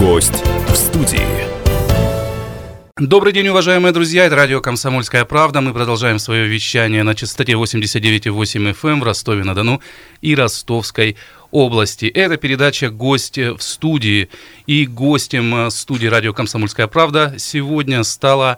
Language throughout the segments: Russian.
Гость в студии. Добрый день, уважаемые друзья, это радио «Комсомольская правда». Мы продолжаем свое вещание на частоте 89,8 FM в Ростове-на-Дону и Ростовской области. Это передача «Гость в студии». И гостем студии радио «Комсомольская правда» сегодня стала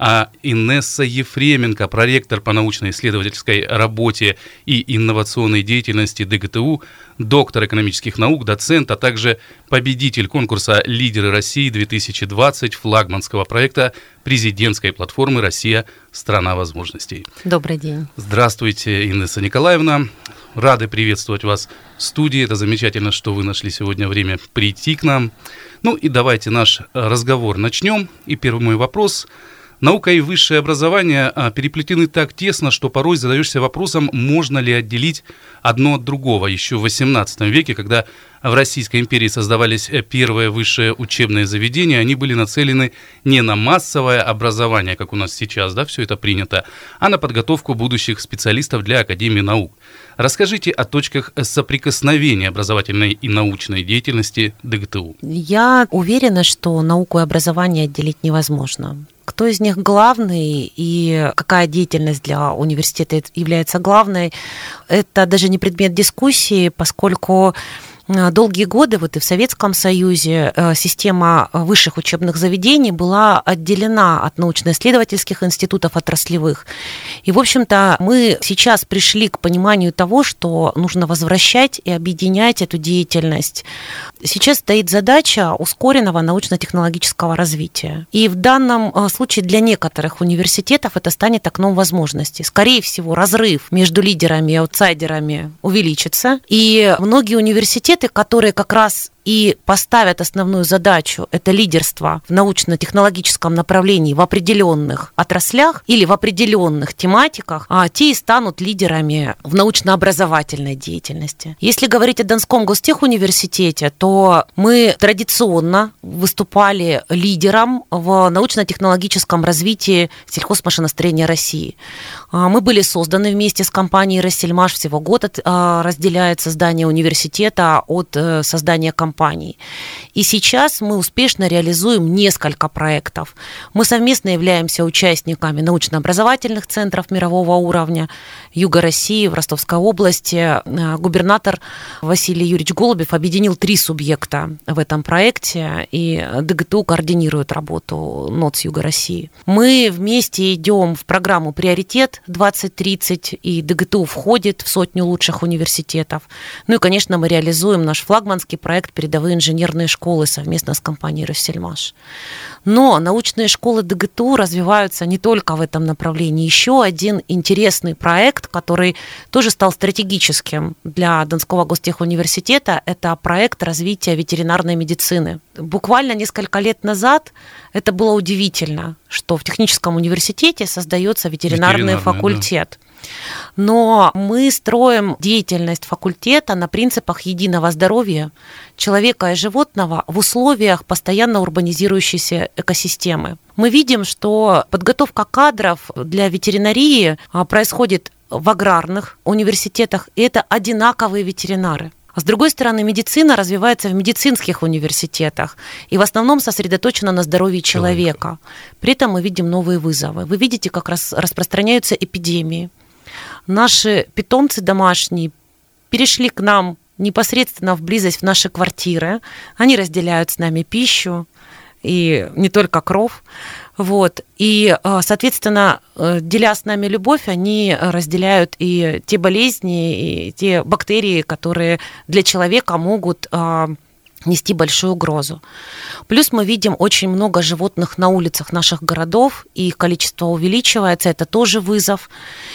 Инесса Ефременко, проректор по научно-исследовательской работе и инновационной деятельности ДГТУ, доктор экономических наук, доцент, а также победитель конкурса «Лидеры России-2020» флагманского проекта президентской платформы «Россия. Страна возможностей». Добрый день. Здравствуйте, Инесса Николаевна. Рады приветствовать вас в студии. Это замечательно, что вы нашли сегодня время прийти к нам. Ну и давайте наш разговор начнем. И первый мой вопрос. Наука и высшее образование переплетены так тесно, что порой задаешься вопросом, можно ли отделить одно от другого. Еще в XVIII веке, когда в Российской империи создавались первые высшие учебные заведения, они были нацелены не на массовое образование, как у нас сейчас, да, все это принято, а на подготовку будущих специалистов для Академии наук. Расскажите о точках соприкосновения образовательной и научной деятельности ДГТУ. Я уверена, что науку и образование отделить невозможно. Кто из них главный и какая деятельность для университета является главной, это даже не предмет дискуссии, поскольку долгие годы вот и в Советском Союзе система высших учебных заведений была отделена от научно-исследовательских институтов отраслевых. И, в общем-то, мы сейчас пришли к пониманию того, что нужно возвращать и объединять эту деятельность. Сейчас стоит задача ускоренного научно-технологического развития. И в данном случае для некоторых университетов это станет окном возможностей. Скорее всего, разрыв между лидерами и аутсайдерами увеличится. И многие университеты, которые как раз и поставят основную задачу, это лидерство в научно-технологическом направлении в определенных отраслях или в определенных тематиках, а те и станут лидерами в научно-образовательной деятельности. Если говорить о Донском гостехуниверситете, то мы традиционно выступали лидером в научно-технологическом развитии сельхозмашиностроения России. Мы были созданы вместе с компанией «Россельмаш», всего год разделяет создание университета от создания компании. И сейчас мы успешно реализуем несколько проектов. Мы совместно являемся участниками научно-образовательных центров мирового уровня Юга России в Ростовской области. Губернатор Василий Юрьевич Голубев объединил 3 субъекта в этом проекте, и ДГТУ координирует работу НОТС Юга России. Мы вместе идем в программу «Приоритет 2030», и ДГТУ входит в 100 лучших университетов. Ну и, конечно, мы реализуем наш флагманский проект «Передовые инженерные школы» совместно с компанией «Россельмаш». Но научные школы ДГТУ развиваются не только в этом направлении. Еще один интересный проект, который тоже стал стратегическим для Донского гостехуниверситета, это проект развития ветеринарной медицины. Буквально несколько лет назад это было удивительно, что в техническом университете создается ветеринарный факультет. Да. Но мы строим деятельность факультета на принципах единого здоровья человека и животного в условиях постоянно урбанизирующейся экосистемы. Мы видим, что подготовка кадров для ветеринарии происходит в аграрных университетах, и это одинаковые ветеринары. А с другой стороны, медицина развивается в медицинских университетах и в основном сосредоточена на здоровье человека. При этом мы видим новые вызовы. Вы видите, как распространяются эпидемии. Наши питомцы домашние перешли к нам непосредственно в близость в наши квартиры. Они разделяют с нами пищу и не только кров. Вот. И, соответственно, деля с нами любовь, они разделяют и те болезни, и те бактерии, которые для человека могут нести большую угрозу. Плюс мы видим очень много животных на улицах наших городов, и их количество увеличивается, это тоже вызов.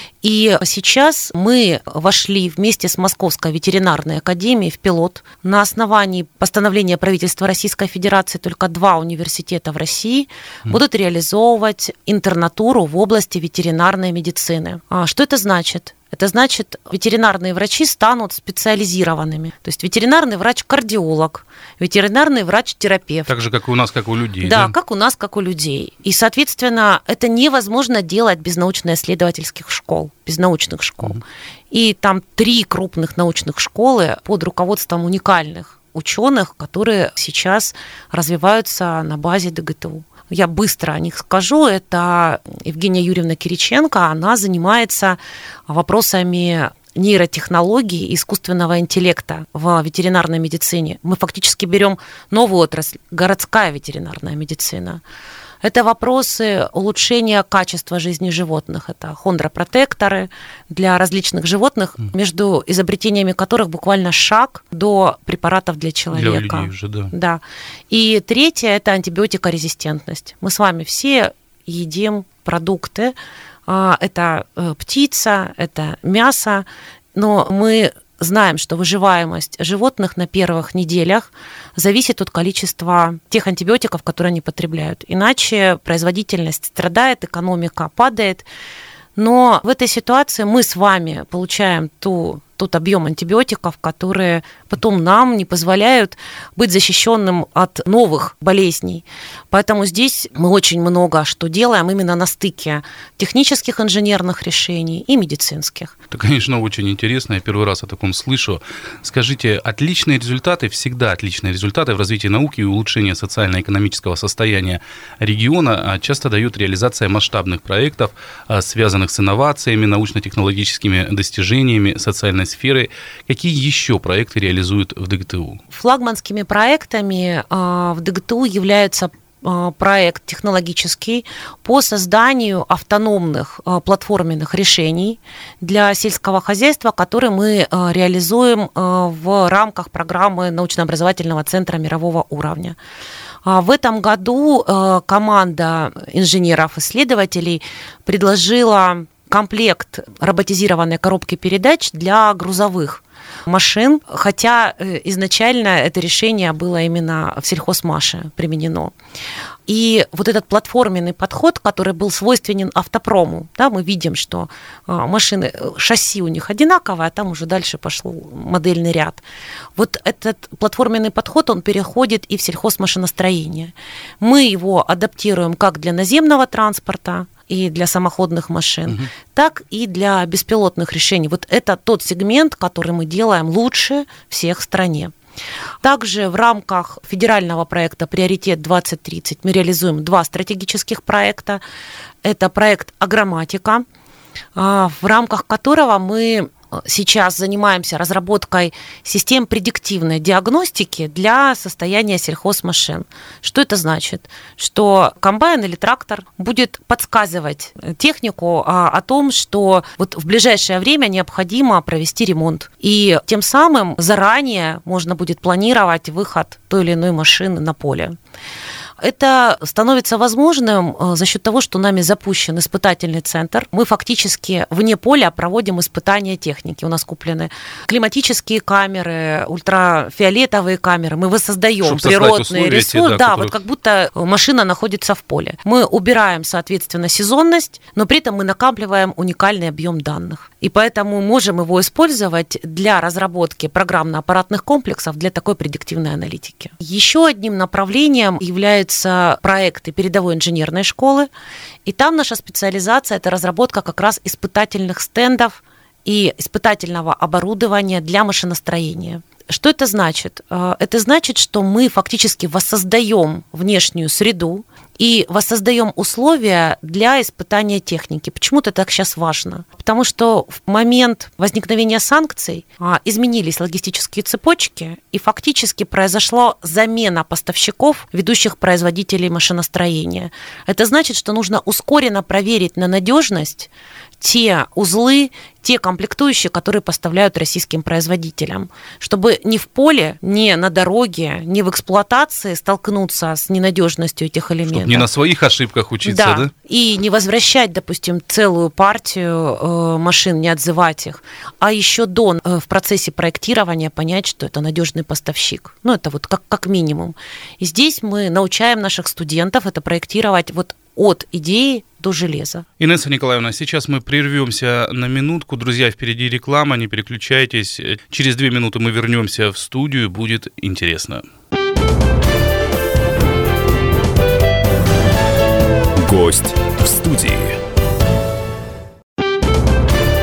И сейчас мы вошли вместе с Московской ветеринарной академией в пилот. На основании постановления правительства Российской Федерации только 2 университета в России будут реализовывать интернатуру в области ветеринарной медицины. Что это значит? Это значит, ветеринарные врачи станут специализированными. То есть ветеринарный врач-кардиолог, ветеринарный врач-терапевт. Так же, как у нас, как у людей. Да, как у нас, как у людей. И, соответственно, это невозможно делать без научно-исследовательских школ, без научных школ. И там 3 крупных научных школы под руководством уникальных ученых, которые сейчас развиваются на базе ДГТУ. Я быстро о них скажу. Это Евгения Юрьевна Кириченко. Она занимается вопросами нейротехнологий и искусственного интеллекта в ветеринарной медицине. Мы фактически берем новую отрасль – городская ветеринарная медицина. Это вопросы улучшения качества жизни животных. Это хондропротекторы для различных животных, между изобретениями которых буквально шаг до препаратов для человека. Для людей уже, да. Да. И третье – это антибиотикорезистентность. Мы с вами все едим продукты. Это птица, это мясо, но мы знаем, что выживаемость животных на первых неделях зависит от количества тех антибиотиков, которые они потребляют. Иначе производительность страдает, экономика падает. Но в этой ситуации мы с вами получаем тот объем антибиотиков, которые потом нам не позволяют быть защищенным от новых болезней. Поэтому здесь мы очень много что делаем именно на стыке технических инженерных решений и медицинских. Это, конечно, очень интересно. Я первый раз о таком слышу. Скажите, отличные результаты, всегда отличные результаты в развитии науки и улучшении социально-экономического состояния региона часто дают реализация масштабных проектов, связанных с инновациями, научно-технологическими достижениями, социальной сферы. Какие еще проекты реализуют в ДГТУ? Флагманскими проектами в ДГТУ являются проект технологический по созданию автономных платформенных решений для сельского хозяйства, который мы реализуем в рамках программы научно-образовательного центра мирового уровня. В этом году команда инженеров-исследователей предложила комплект роботизированной коробки передач для грузовых машин, хотя изначально это решение было именно в сельхозмаше применено. И вот этот платформенный подход, который был свойственен автопрому, да, мы видим, что машины, шасси у них одинаковое, а там уже дальше пошел модельный ряд. Вот этот платформенный подход, он переходит и в сельхозмашиностроение. Мы его адаптируем как для наземного транспорта, и для самоходных машин, так и для беспилотных решений. Вот это тот сегмент, который мы делаем лучше всех в стране. Также в рамках федерального проекта «Приоритет-2030» мы реализуем 2 стратегических проекта. Это проект «Агроматика», в рамках которого мы сейчас занимаемся разработкой систем предиктивной диагностики для состояния сельхозмашин. Что это значит? Что комбайн или трактор будет подсказывать технику о том, что вот в ближайшее время необходимо провести ремонт. И тем самым заранее можно будет планировать выход той или иной машины на поле. Это становится возможным за счет того, что нами запущен испытательный центр. Мы фактически вне поля проводим испытания техники. У нас куплены климатические камеры, ультрафиолетовые камеры. Мы воссоздаем природные ресурсы. Да, вот как будто машина находится в поле. Мы убираем, соответственно, сезонность, но при этом мы накапливаем уникальный объем данных. И поэтому можем его использовать для разработки программно-аппаратных комплексов для такой предиктивной аналитики. Еще одним направлением является проекты передовой инженерной школы, и там наша специализация – это разработка как раз испытательных стендов и испытательного оборудования для машиностроения. Что это значит? Это значит, что мы фактически воссоздаем внешнюю среду и воссоздаем условия для испытания техники. Почему это так сейчас важно? Потому что в момент возникновения санкций изменились логистические цепочки, и фактически произошла замена поставщиков, ведущих производителей машиностроения. Это значит, что нужно ускоренно проверить на надежность те узлы, те комплектующие, которые поставляют российским производителям, чтобы ни в поле, ни на дороге, ни в эксплуатации столкнуться с ненадежностью этих элементов. Чтобы не на своих ошибках учиться, да? И не возвращать, допустим, целую партию машин, не отзывать их, а еще в процессе проектирования понять, что это надежный поставщик. Ну, это вот как минимум. И здесь мы научаем наших студентов это проектировать вот от идеи до железа. Инесса Николаевна, сейчас мы прервемся на минутку. Друзья, впереди реклама, не переключайтесь. Через 2 минуты мы вернемся в студию, будет интересно. Гость в студии.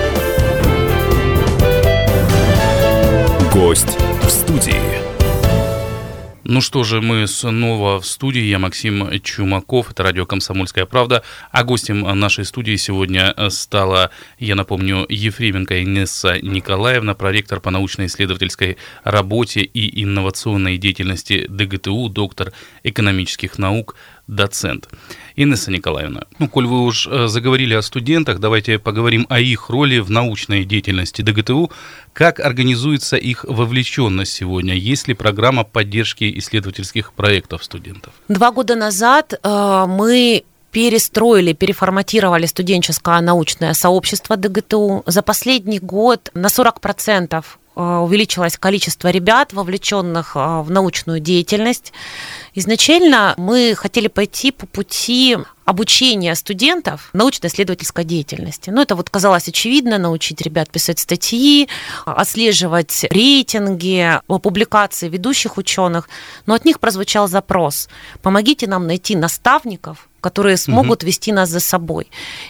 Гость в студии. Ну что же, мы снова в студии. Я Максим Чумаков, это радио «Комсомольская правда». А гостем нашей студии сегодня стала, я напомню, Ефременко Инесса Николаевна, проректор по научно-исследовательской работе и инновационной деятельности ДГТУ, доктор экономических наук, доцент. Инесса Николаевна, коль вы уж заговорили о студентах, давайте поговорим о их роли в научной деятельности ДГТУ. Как организуется их вовлеченность сегодня? Есть ли программа поддержки исследовательских проектов студентов? 2 года назад мы переформатировали студенческое научное сообщество ДГТУ. За последний год на 40% увеличилось количество ребят, вовлеченных в научную деятельность. Изначально мы хотели пойти по пути обучения студентов научно-исследовательской деятельности. Это казалось очевидно, научить ребят писать статьи, отслеживать рейтинги, публикации ведущих ученых. Но от них прозвучал запрос: помогите нам найти наставников, которые смогут вести нас за собой.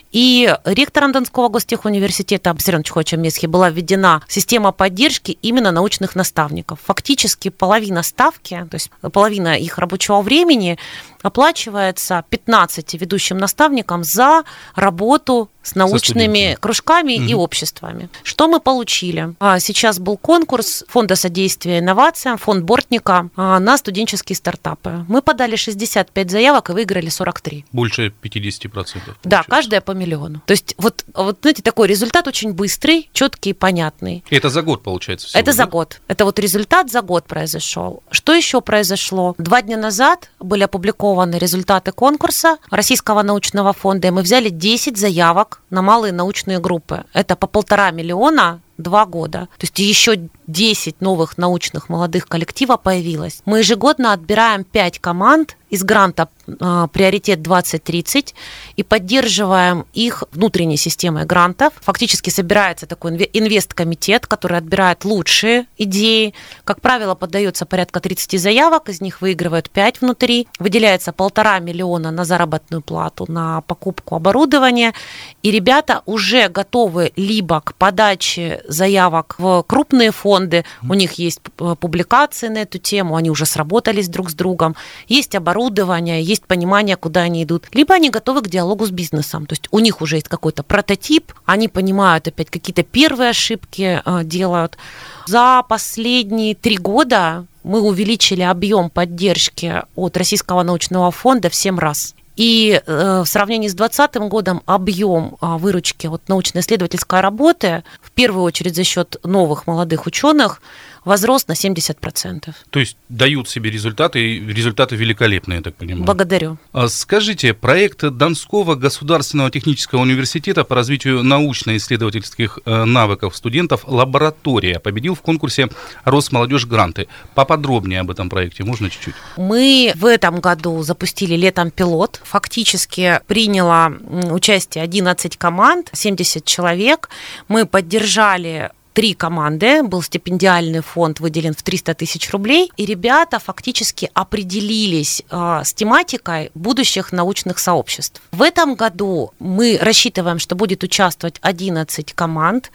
И ректором Донского гостехуниверситета Абсером Чхочем Месхи была введена система поддержки именно научных наставников. Фактически половина ставки, то есть половина их рабочего времени оплачивается 15 ведущим наставникам за работу с научными кружками и обществами. Что мы получили? Сейчас был конкурс Фонда содействия инновациям, фонд Бортника на студенческие стартапы. Мы подали 65 заявок и выиграли 43. Больше 50%. Да, каждая по миллиону. То есть знаете, такой результат очень быстрый, четкий и понятный. И это за год получается всего? Это за год. Это результат за год произошел. Что еще произошло? 2 дня назад были опубликованы результаты конкурса Российского научного фонда, и мы взяли 10 заявок на малые научные группы. Это по 1,5 миллиона 2 года. То есть еще 10 новых научных молодых коллективов появилось. Мы ежегодно отбираем 5 команд из гранта «Приоритет 2030» и поддерживаем их внутренней системой грантов. Фактически собирается такой инвесткомитет, который отбирает лучшие идеи. Как правило, поддается порядка 30 заявок, из них выигрывают 5 внутри. Выделяется 1,5 миллиона на заработную плату, на покупку оборудования. И ребята уже готовы либо к подаче заявок в крупные фонды, у них есть публикации на эту тему, они уже сработались друг с другом, есть оборудование, есть понимание, куда они идут, либо они готовы к диалогу с бизнесом, то есть у них уже есть какой-то прототип, они понимают опять какие-то первые ошибки делают. За последние 3 года мы увеличили объем поддержки от Российского научного фонда в 7 раз. И в сравнении с 2020 годом объем выручки от научно-исследовательской работы, в первую очередь за счет новых молодых ученых, возрос на 70%. То есть дают себе результаты, и результаты великолепные, я так понимаю. Благодарю. Скажите, проект Донского государственного технического университета по развитию научно-исследовательских навыков студентов «Лаборатория» победил в конкурсе «Росмолодежь гранты». Поподробнее об этом проекте можно чуть-чуть? Мы в этом году запустили летом пилот. Фактически приняло участие 11 команд, 70 человек. Мы поддержали 3 команды, был стипендиальный фонд выделен в 300 тысяч рублей, и ребята фактически определились с тематикой будущих научных сообществ. В этом году мы рассчитываем, что будет участвовать 11 команд,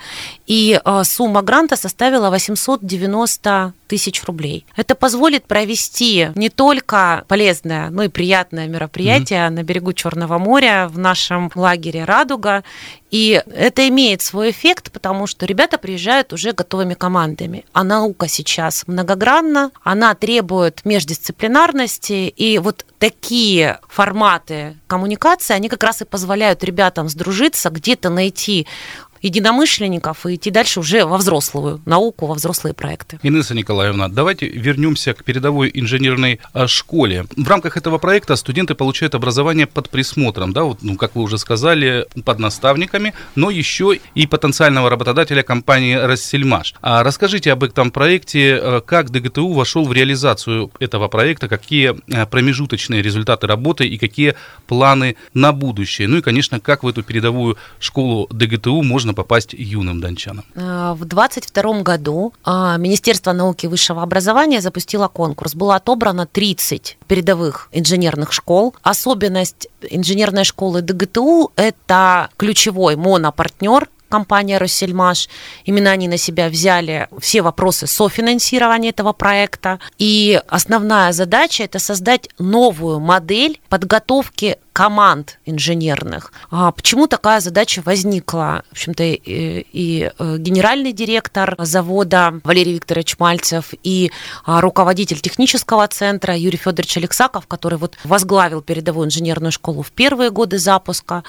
и сумма гранта составила 890 тысяч рублей. Это позволит провести не только полезное, но и приятное мероприятие на берегу Черного моря в нашем лагере «Радуга». И это имеет свой эффект, потому что ребята приезжают уже готовыми командами. А наука сейчас многогранна, она требует междисциплинарности, и такие форматы коммуникации, они как раз и позволяют ребятам сдружиться, где-то найти единомышленников и идти дальше уже во взрослую науку, во взрослые проекты. Инесса Николаевна, давайте вернемся к передовой инженерной школе. В рамках этого проекта студенты получают образование под присмотром, как вы уже сказали, под наставниками, но еще и потенциального работодателя компании «Россельмаш». Расскажите об этом проекте, как ДГТУ вошел в реализацию этого проекта, какие промежуточные результаты работы и какие планы на будущее. Ну и, конечно, как в эту передовую школу ДГТУ можно попасть юным дончанам? В 2022 году Министерство науки и высшего образования запустило конкурс. Было отобрано 30 передовых инженерных школ. Особенность инженерной школы ДГТУ – это ключевой монопартнер компания «Россельмаш». Именно они на себя взяли все вопросы софинансирования этого проекта. И основная задача – это создать новую модель подготовки команд инженерных. Почему такая задача возникла? В общем-то, и генеральный директор завода Валерий Викторович Мальцев, и руководитель технического центра Юрий Федорович Алексаков, который вот возглавил передовую инженерную школу в первые годы запуска,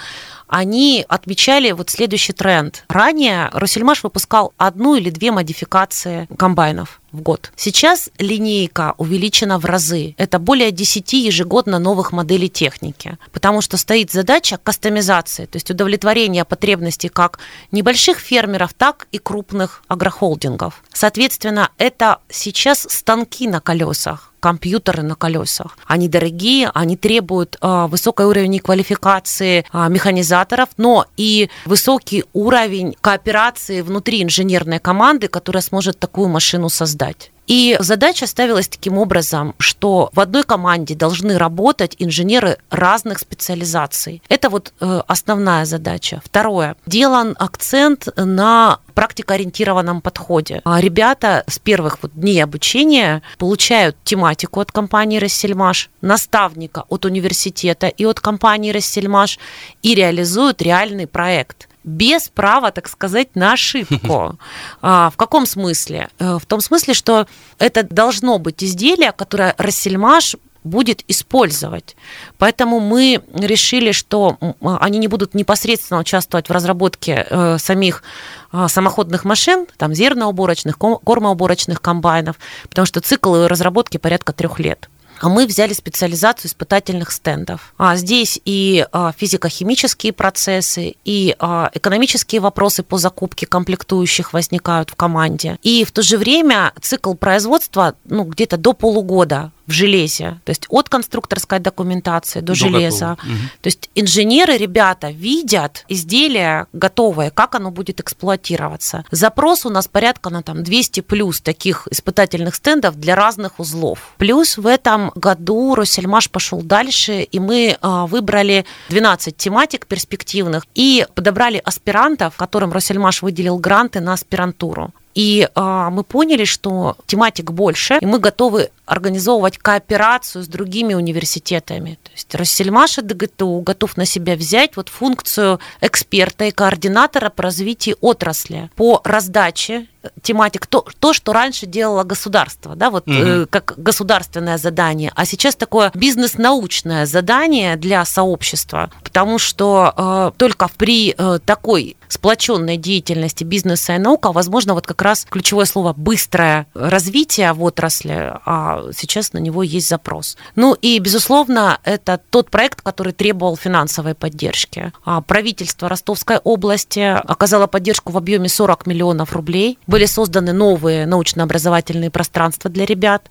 они отмечали вот следующий тренд. Ранее «Россельмаш» выпускал 1 или 2 модификации комбайнов в год. Сейчас линейка увеличена в разы. Это более 10 ежегодно новых моделей техники, потому что стоит задача кастомизации, то есть удовлетворения потребностей как небольших фермеров, так и крупных агрохолдингов. Соответственно, это сейчас станки на колесах, компьютеры на колесах. Они дорогие, они требуют высокий уровень квалификации механизаторов, но и высокий уровень кооперации внутри инженерной команды, которая сможет такую машину создать. И задача ставилась таким образом, что в одной команде должны работать инженеры разных специализаций. Это вот основная задача. Второе. Делан акцент на практикоориентированном подходе. Ребята с первых дней обучения получают тематику от компании «Россельмаш», наставника от университета и от компании «Россельмаш» и реализуют реальный проект. Без права, так сказать, на ошибку. В каком смысле? В том смысле, что это должно быть изделие, которое «Россельмаш» будет использовать. Поэтому мы решили, что они не будут непосредственно участвовать в разработке самих самоходных машин, там зерноуборочных, кормоуборочных комбайнов, потому что цикл разработки порядка 3 лет. А мы взяли специализацию испытательных стендов. Здесь и физико-химические процессы, и экономические вопросы по закупке комплектующих возникают в команде. И в то же время цикл производства где-то до полугода в железе, то есть от конструкторской документации до железа. То есть инженеры, ребята, видят изделие готовое, как оно будет эксплуатироваться. Запрос у нас порядка на 200 плюс таких испытательных стендов для разных узлов. Плюс в этом году «Россельмаш» пошел дальше, и мы выбрали 12 тематик перспективных и подобрали аспирантов, которым «Россельмаш» выделил гранты на аспирантуру. И мы поняли, что тематик больше, и мы готовы организовывать кооперацию с другими университетами. То есть «Россельмаш» и ДГТУ готов на себя взять функцию эксперта и координатора по развитию отрасли, по раздаче тематик, то, что раньше делало государство, как государственное задание, а сейчас такое бизнес-научное задание для сообщества, потому что только при такой сплоченной деятельности бизнеса и наука возможно как раз ключевое слово «быстрое развитие в отрасли», а сейчас на него есть запрос. И, безусловно, это тот проект, который требовал финансовой поддержки. Правительство Ростовской области оказало поддержку в объеме 40 миллионов рублей. Были созданы новые научно-образовательные пространства для ребят.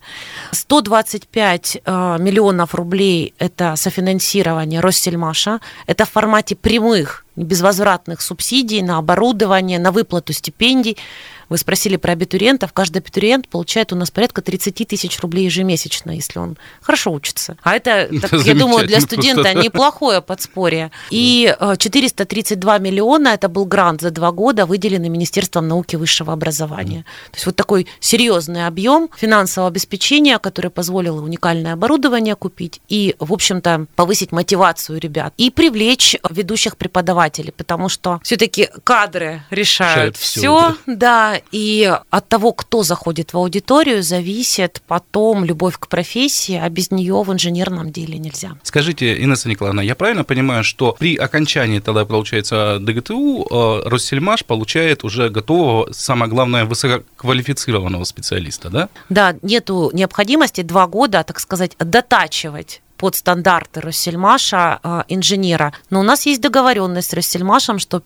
125 миллионов рублей – это софинансирование «Россельмаша». Это в формате прямых, безвозвратных субсидий на оборудование, на выплату стипендий. Вы спросили про абитуриентов. Каждый абитуриент получает у нас порядка 30 тысяч рублей ежемесячно, если он хорошо учится. А это, я думаю, для студента неплохое подспорье. И 432 миллиона – это был грант за 2 года, выделенный Министерством науки и высшего образования. То есть такой серьезный объем финансового обеспечения, который позволил уникальное оборудование купить и, в общем-то, повысить мотивацию ребят и привлечь ведущих преподавателей, потому что все-таки кадры решают все, да. И от того, кто заходит в аудиторию, зависит потом любовь к профессии, а без нее в инженерном деле нельзя. Скажите, Инесса Николаевна, я правильно понимаю, что при окончании тогда, получается, ДГТУ, «Россельмаш» получает уже готового, самое главное, высококвалифицированного специалиста, да? Да, нету необходимости 2 года, так сказать, дотачивать под стандарты «Россельмаша» инженера. Но у нас есть договоренность с «Россельмашем», что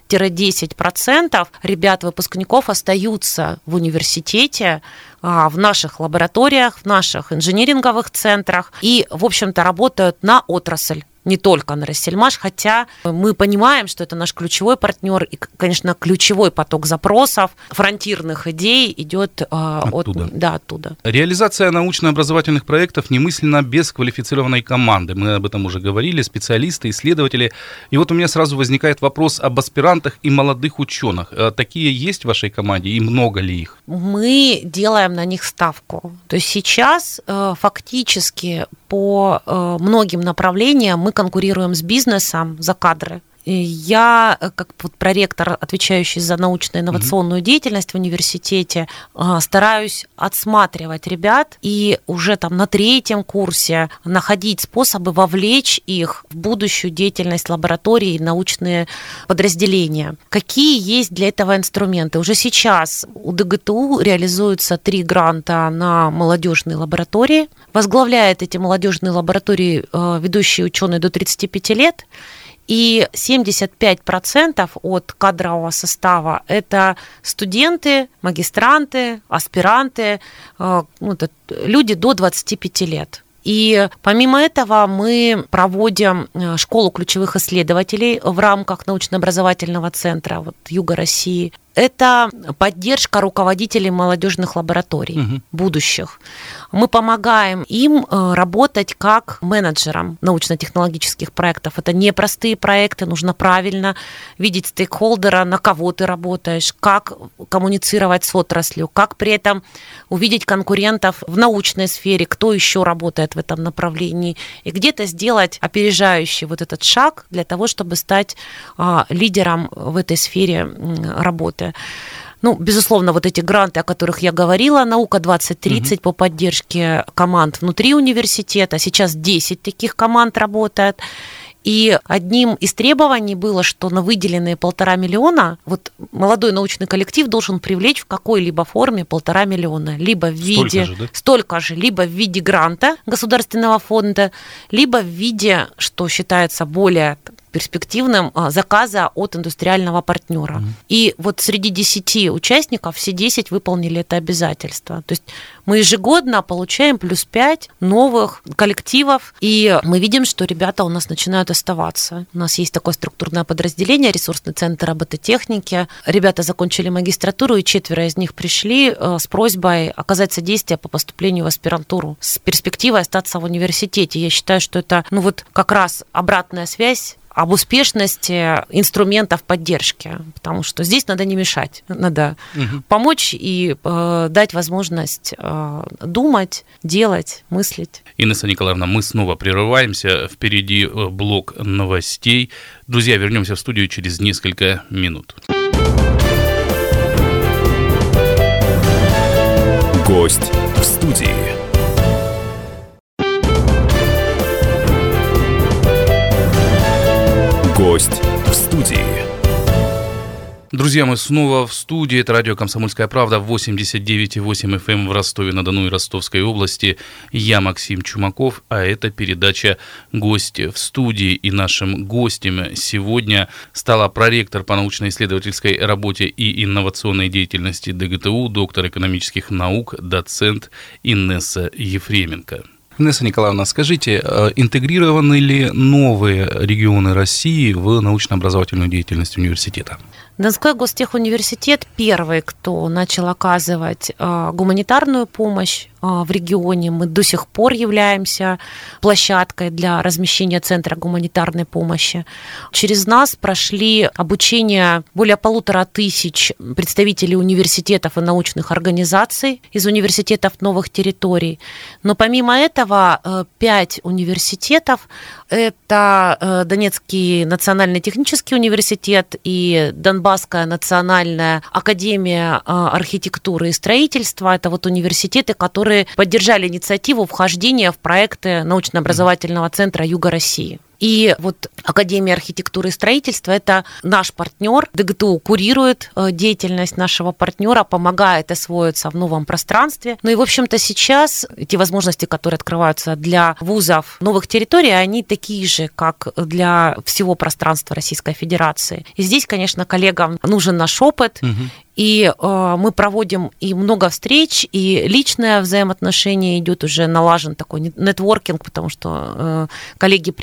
5-10% ребят-выпускников остаются в университете, в наших лабораториях, в наших инжиниринговых центрах и, в общем-то, работают на отрасль. не только на Россельмаш, хотя мы понимаем, что это наш ключевой партнер, и, конечно, ключевой поток запросов, фронтирных идей идет оттуда. Реализация научно-образовательных проектов немысленно без квалифицированной команды. Мы об этом уже говорили, специалисты, исследователи. И вот у меня сразу возникает вопрос об аспирантах и молодых ученых. Такие есть в вашей команде и много ли их? Мы делаем на них ставку. То есть сейчас фактически по многим направлениям мы конкурируем с бизнесом за кадры. Я, как проректор, отвечающий за научно-инновационную деятельность в университете, стараюсь отсматривать ребят и уже там на 3-м курсе находить способы вовлечь их в будущую деятельность лабораторий и научные подразделения. Какие есть для этого инструменты? Уже сейчас у ДГТУ реализуются 3 гранта на молодежные лаборатории. Возглавляет эти молодежные лаборатории ведущий ученый до 35 лет. И 75% от кадрового состава – это студенты, магистранты, аспиранты, люди до 25 лет. И помимо этого мы проводим школу ключевых исследователей в рамках научно-образовательного центра Юга России. Это поддержка руководителей молодежных лабораторий будущих. Мы помогаем им работать как менеджерам научно-технологических проектов. Это непростые проекты, нужно правильно видеть стейкхолдера, на кого ты работаешь, как коммуницировать с отраслью, как при этом увидеть конкурентов в научной сфере, кто еще работает в этом направлении, и где-то сделать опережающий этот шаг для того, чтобы стать лидером в этой сфере работы. Безусловно, эти гранты, о которых я говорила, «Наука 2030» по поддержке команд внутри университета. Сейчас 10 таких команд работает. И одним из требований было, что на выделенные 1,5 миллиона молодой научный коллектив должен привлечь в какой-либо форме 1,5 миллиона. Либо в виде... Столько же, либо в виде гранта государственного фонда, либо в виде, что считается более перспективным, заказа от индустриального партнера. И среди 10 участников все 10 выполнили это обязательство. То есть мы ежегодно получаем плюс 5 новых коллективов, и мы видим, что ребята у нас начинают оставаться. У нас есть такое структурное подразделение, ресурсный центр робототехники. Ребята закончили магистратуру, и 4 из них пришли с просьбой оказать содействие по поступлению в аспирантуру с перспективой остаться в университете. Я считаю, что это как раз обратная связь об успешности инструментов поддержки, потому что здесь надо не мешать, надо помочь и дать возможность думать, делать, мыслить. Инесса Николаевна, мы снова прерываемся, впереди блок новостей. Друзья, вернемся в студию через несколько минут. Гость в студии. Гость в студии. Друзья, мы снова в студии. Это радио «Комсомольская правда», 89,8 FM в Ростове-на-Дону и Ростовской области. Я Максим Чумаков, а это передача «Гость в студии». И нашим гостем сегодня стала проректор по научно-исследовательской работе и инновационной деятельности ДГТУ, доктор экономических наук, доцент Инесса Ефременко. Инесса Николаевна, скажите, интегрированы ли новые регионы России в научно-образовательную деятельность университета? Донской гостехуниверситет первый, кто начал оказывать гуманитарную помощь в регионе. Мы до сих пор являемся площадкой для размещения Центра гуманитарной помощи. Через нас прошли обучение более 1500 представителей университетов и научных организаций из университетов новых территорий. Но помимо этого 5 университетов – это Донецкий национальный технический университет и Донбасская национальная академия архитектуры и строительства. Это университеты, которые поддержали инициативу вхождения в проекты научно-образовательного центра Юга России. И Академия архитектуры и строительства – это наш партнер. ДГТУ курирует деятельность нашего партнера, помогает освоиться в новом пространстве. Ну и, в общем-то, сейчас эти возможности, которые открываются для вузов новых территорий, они такие же, как для всего пространства Российской Федерации. И здесь, конечно, коллегам нужен наш опыт. И мы проводим и много встреч, и личное взаимоотношение идет, уже налажен такой нетворкинг, потому что коллеги приезжают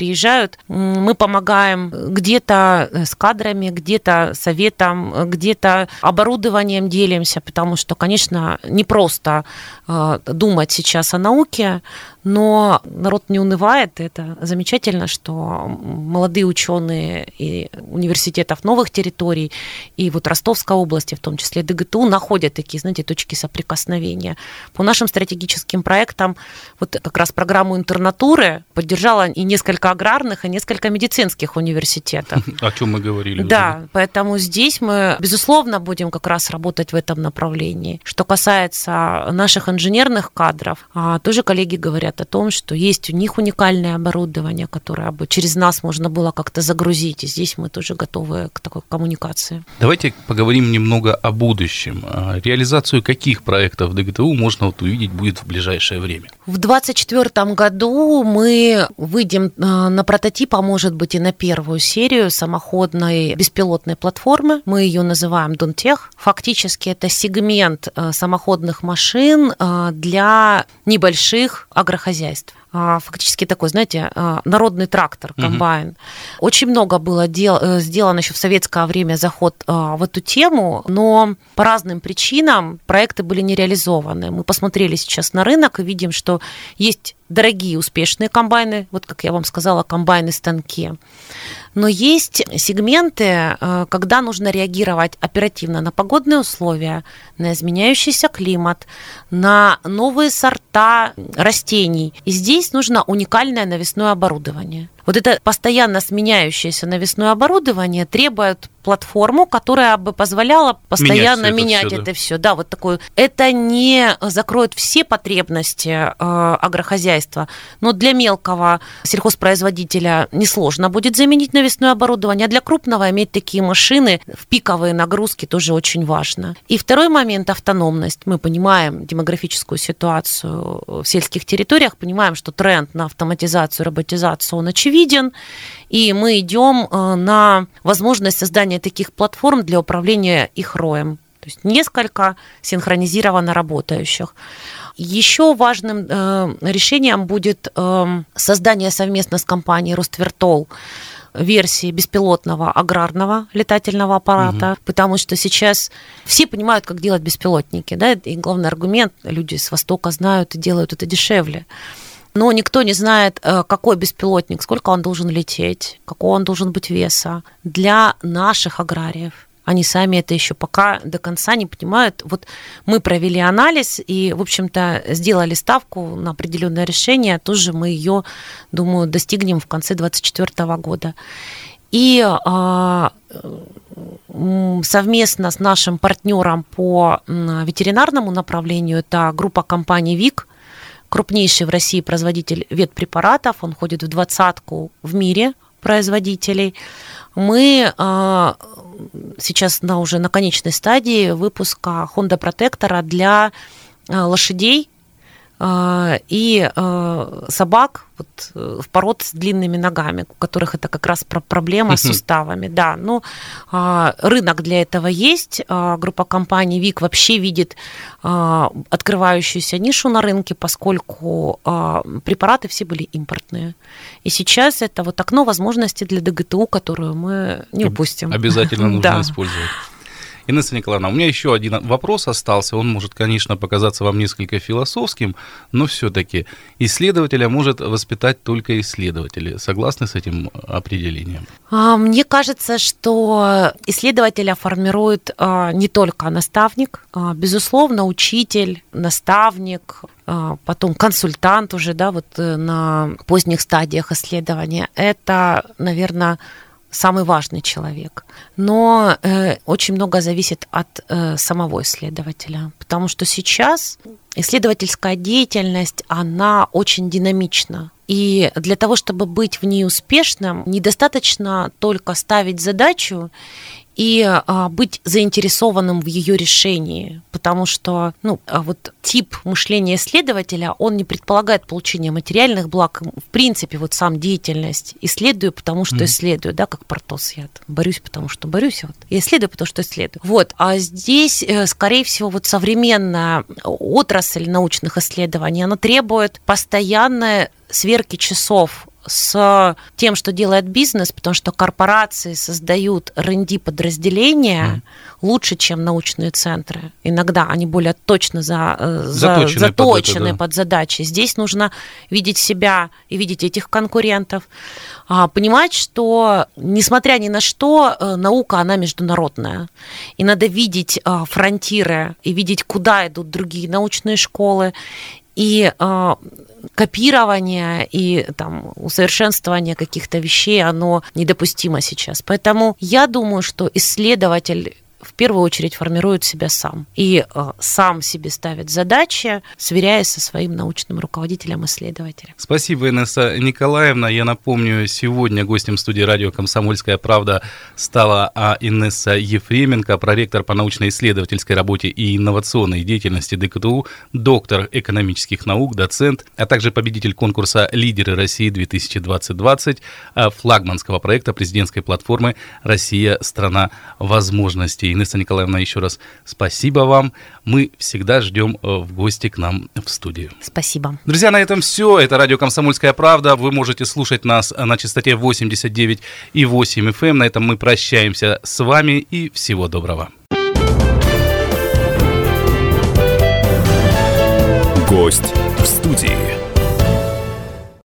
приходят, мы помогаем где-то с кадрами, где-то советом, где-то оборудованием делимся, потому что, конечно, не просто думать сейчас о науке, но народ не унывает. Это замечательно, что молодые ученые и университетов новых территорий, и вот Ростовской области, в том числе ДГТУ, находят такие, знаете, точки соприкосновения. По нашим стратегическим проектам, вот как раз программу интернатуры поддержала и несколько аграрных, и несколько медицинских университетов. О чем мы говорили. Да, уже. Поэтому здесь мы, безусловно, будем как раз работать в этом направлении. Что касается наших инженерных кадров, тоже коллеги говорят о том, что есть у них уникальное оборудование, которое бы через нас можно было как-то загрузить, и здесь мы тоже готовы к такой коммуникации. Давайте поговорим немного о будущем. Реализацию каких проектов ДГТУ можно увидеть будет в ближайшее время? В 2024 году мы выйдем на прототип, а может быть и на первую серию самоходной беспилотной платформы. Мы ее называем Донтех. Фактически это сегмент самоходных машин для небольших агрохозяйств. Фактически такой, знаете, народный трактор, комбайн. Очень много было сделано еще в советское время заход в эту тему, но по разным причинам проекты были не реализованы. Мы посмотрели сейчас на рынок и видим, что есть дорогие успешные комбайны, вот как я вам сказала, комбайны-станки. Но есть сегменты, когда нужно реагировать оперативно на погодные условия, на изменяющийся климат, на новые сорта растений. И здесь нужно уникальное навесное оборудование. Вот это постоянно сменяющееся навесное оборудование требует платформу, которая бы позволяла постоянно менять это все. Да, вот такое. Это не закроет все потребности агрохозяйства, но для мелкого сельхозпроизводителя несложно будет заменить навесное оборудование, а для крупного иметь такие машины в пиковые нагрузки тоже очень важно. И второй момент – автономность. Мы понимаем демографическую ситуацию в сельских территориях, понимаем, что тренд на автоматизацию, роботизацию, он очевиден, и мы идем на возможность создания таких платформ для управления их роем. То есть несколько синхронизированно работающих. Еще важным решением будет создание совместно с компанией Роствертол версии беспилотного аграрного летательного аппарата, потому что сейчас все понимают, как делать беспилотники, да, и главный аргумент, люди с Востока знают и делают это дешевле. Но никто не знает, какой беспилотник, сколько он должен лететь, какого он должен быть веса для наших аграриев. Они сами это еще пока до конца не понимают. Вот мы провели анализ и, в общем-то, сделали ставку на определенное решение. Тоже мы ее, думаю, достигнем в конце 2024 года. И совместно с нашим партнером по ветеринарному направлению, это группа компаний ВИК, крупнейший в России производитель ветпрепаратов, он входит в 20-ку в мире производителей. Мы сейчас уже на конечной стадии выпуска Honda Protector для лошадей и собак в пород с длинными ногами, у которых это как раз проблема с суставами. Да, рынок для этого есть. Группа компаний ВИК вообще видит открывающуюся нишу на рынке, поскольку препараты все были импортные. И сейчас это вот окно возможностей для ДГТУ, которую мы не упустим. Обязательно нужно использовать. Инесса Николаевна, у меня еще один вопрос остался. Он может, конечно, показаться вам несколько философским, но все-таки исследователя может воспитать только исследователи. Согласны с этим определением? Мне кажется, что исследователя формирует не только наставник, безусловно, учитель, наставник, потом консультант уже, да, вот на поздних стадиях исследования. Это, наверное, самый важный человек. Но очень много зависит от самого исследователя, потому что сейчас исследовательская деятельность, она очень динамична. И для того, чтобы быть в ней успешным, недостаточно только ставить задачу и быть заинтересованным в ее решении, потому что вот тип мышления исследователя, он не предполагает получение материальных благ. В принципе, вот сам деятельность исследую, потому что исследую, да, как Портос, я борюсь, потому что борюсь, вот, я исследую, потому что исследую. Вот, а здесь, скорее всего, вот современная отрасль научных исследований, она требует постоянной сверки часов с тем, что делает бизнес, потому что корпорации создают R&D подразделения лучше, чем научные центры. Иногда они более точно заточены под задачи. Здесь нужно видеть себя и видеть этих конкурентов, понимать, что, несмотря ни на что, наука, она международная. И надо видеть фронтиры и видеть, куда идут другие научные школы. И копирование и там, усовершенствование каких-то вещей, оно недопустимо сейчас. Поэтому я думаю, что исследователь в первую очередь формирует себя сам. И сам себе ставит задачи, сверяясь со своим научным руководителем-исследователем. Спасибо, Инесса Николаевна. Я напомню, сегодня гостем студии радио «Комсомольская правда» стала Инесса Ефременко, проректор по научно-исследовательской работе и инновационной деятельности ДКТУ, доктор экономических наук, доцент, а также победитель конкурса «Лидеры России 2020», флагманского проекта президентской платформы «Россия – страна возможностей». Инесса Николаевна, еще раз спасибо вам. Мы всегда ждем в гости к нам в студию. Спасибо. Друзья, на этом все. Это радио «Комсомольская правда». Вы можете слушать нас на частоте 89,8 FM. На этом мы прощаемся с вами и всего доброго. Гость в студии.